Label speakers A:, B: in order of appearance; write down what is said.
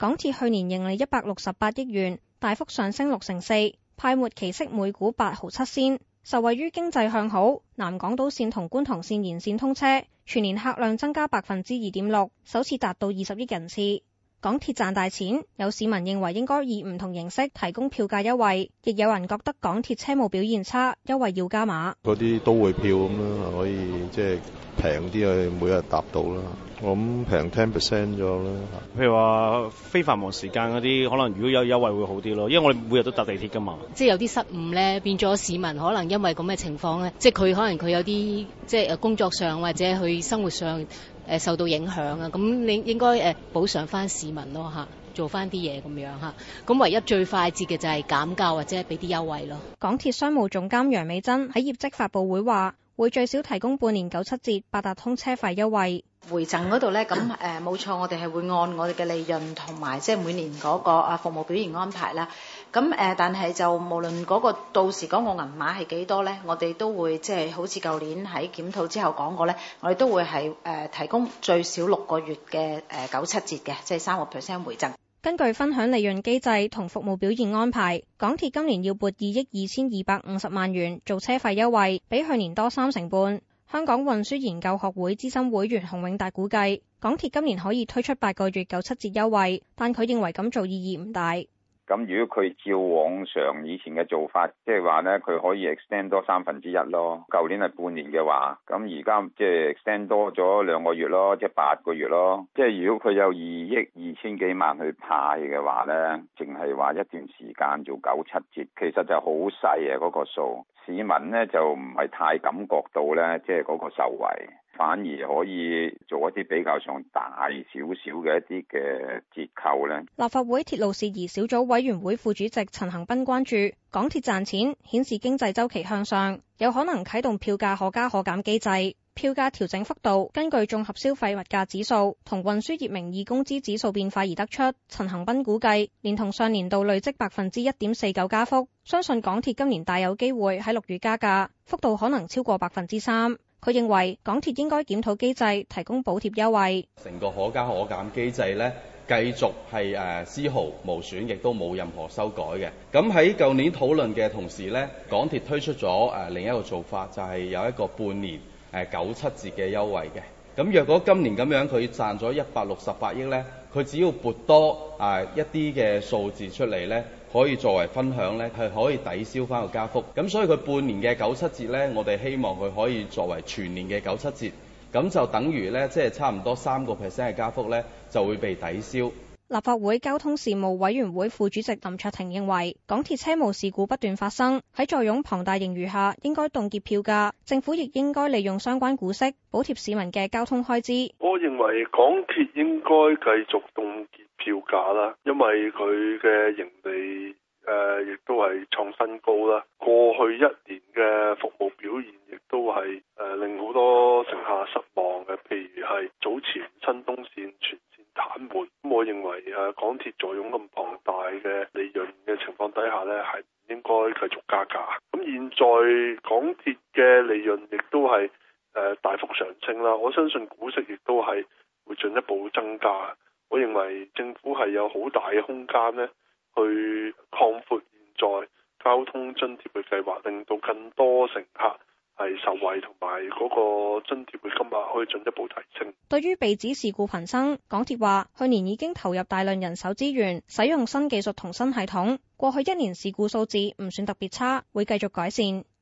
A: 港鐵去年盈利168億元，大幅上升64%，派末期息每股8毫7仙。受惠於經濟向好，南港島線同觀塘線延線通車，全年客量增加2.6%，首次達到20億人次。港鐵賺大錢，有市民認為應該以唔同形式提供票價優惠，亦有人覺得港鐵車務表現差，優惠要加碼。
B: 嗰啲都會票咁啦，可以即係平啲去每日搭到啦。我諗平10% 咗啦。
C: 譬如話非繁忙時間嗰啲，可能如果有優惠會好啲咯，因為我哋每日都搭地鐵㗎嘛。
D: 即係有啲失誤咧，變咗市民可能因為咁嘅情況咧，即係佢可能佢有啲即係工作上或者佢生活上受到影響啊，咁你應該補償翻市民咯嚇，做翻啲嘢咁樣嚇。咁唯一最快捷嘅就係減價或者俾啲優惠咯。
A: 港鐵商務總監楊美珍喺業績發佈會話，會最少提供半年97折八達通車費優惠。
E: 回贈嗰度咧，咁冇錯，我哋係會按我哋嘅利潤同埋即係每年嗰個服務表現安排啦。咁但係就無論嗰個到時嗰個銀碼係幾多咧，我哋都會即係好似舊年喺檢討之後講過咧，我哋都會係提供最少6個月嘅97折嘅，即係3% 回贈。
A: 根據分享利潤機制同服務表現安排，港鐵今年要撥2億2250萬元做車費優惠，比去年多3成半。香港運輸研究學會資深會員洪永達估計，港鐵今年可以推出8個月97折優惠，但佢認為咁做意義唔大。
F: 咁如果佢照往常以前嘅做法，即係話咧，佢可以 extend 多1/3咯。舊年係半年嘅話，咁而家即係 extend 多咗2個月咯，即係8個月咯。即係如果佢有2億2千幾萬去派嘅話咧，淨係話一段時間做97折，其實就好細啊嗰個數。市民咧就唔係太感覺到咧，即係嗰個受惠。反而可以做一啲比較上大少少嘅一啲嘅折扣咧。
A: 立法會鐵路事宜小組委員會副主席陳恒鑌關注港鐵賺錢顯示經濟週期向上，有可能啟動票價可加可減機制，票價調整幅度根據綜合消費物價指數同運輸業名義工資指數變化而得出。陳恒鑌估計，連同上年度累積1.49%加幅，相信港鐵今年大有機會喺6月加價，幅度可能超過3%。佢認為港鐵應該檢討機制，提供補貼優惠。
G: 成個可加可減機制咧，繼續係絲毫無損，亦都冇任何修改嘅。咁喺舊年討論嘅同時咧，港鐵推出咗另一個做法，就係有一個半年97折嘅優惠嘅。咁若果今年咁樣佢賺咗168億咧，佢只要撥多一啲嘅數字出嚟咧，可以作為分享咧，係可以抵消翻個加幅。咁所以佢半年嘅97折咧，我哋希望佢可以作為全年嘅97折，咁就等於咧，即係差唔多3%嘅加幅咧，就會被抵消。
A: 立法會交通事務委員會副主席林卓廷認為，港鐵車務事故不斷發生，喺坐擁龐大盈餘下，應該凍結票價，政府亦應該利用相關股息補貼市民嘅交通開支。
H: 我認為港鐵應該繼續凍結票價啦，因為佢嘅盈利亦都係創新高啦。過去1年嘅服務表現亦都係令好多乘客失望嘅，譬如係早前新東線全線癱瘓。咁我認為港鐵坐擁咁龐大嘅利潤嘅情況底下呢，係唔應該繼續加價。咁現在港鐵嘅利潤亦都係大幅上升啦，我相信股息亦都係會進一步增加。我認為政府係有好大嘅空間呢，去擴闊現在交通津貼嘅計劃，令到更多乘客係受惠，同埋嗰個津貼嘅金額可以進一步提升。
A: 對於被指事故頻生，港鐵話去年已經投入大量人手資源，使用新技術同新系統，過去1年事故數字唔算特別差，會繼續改善。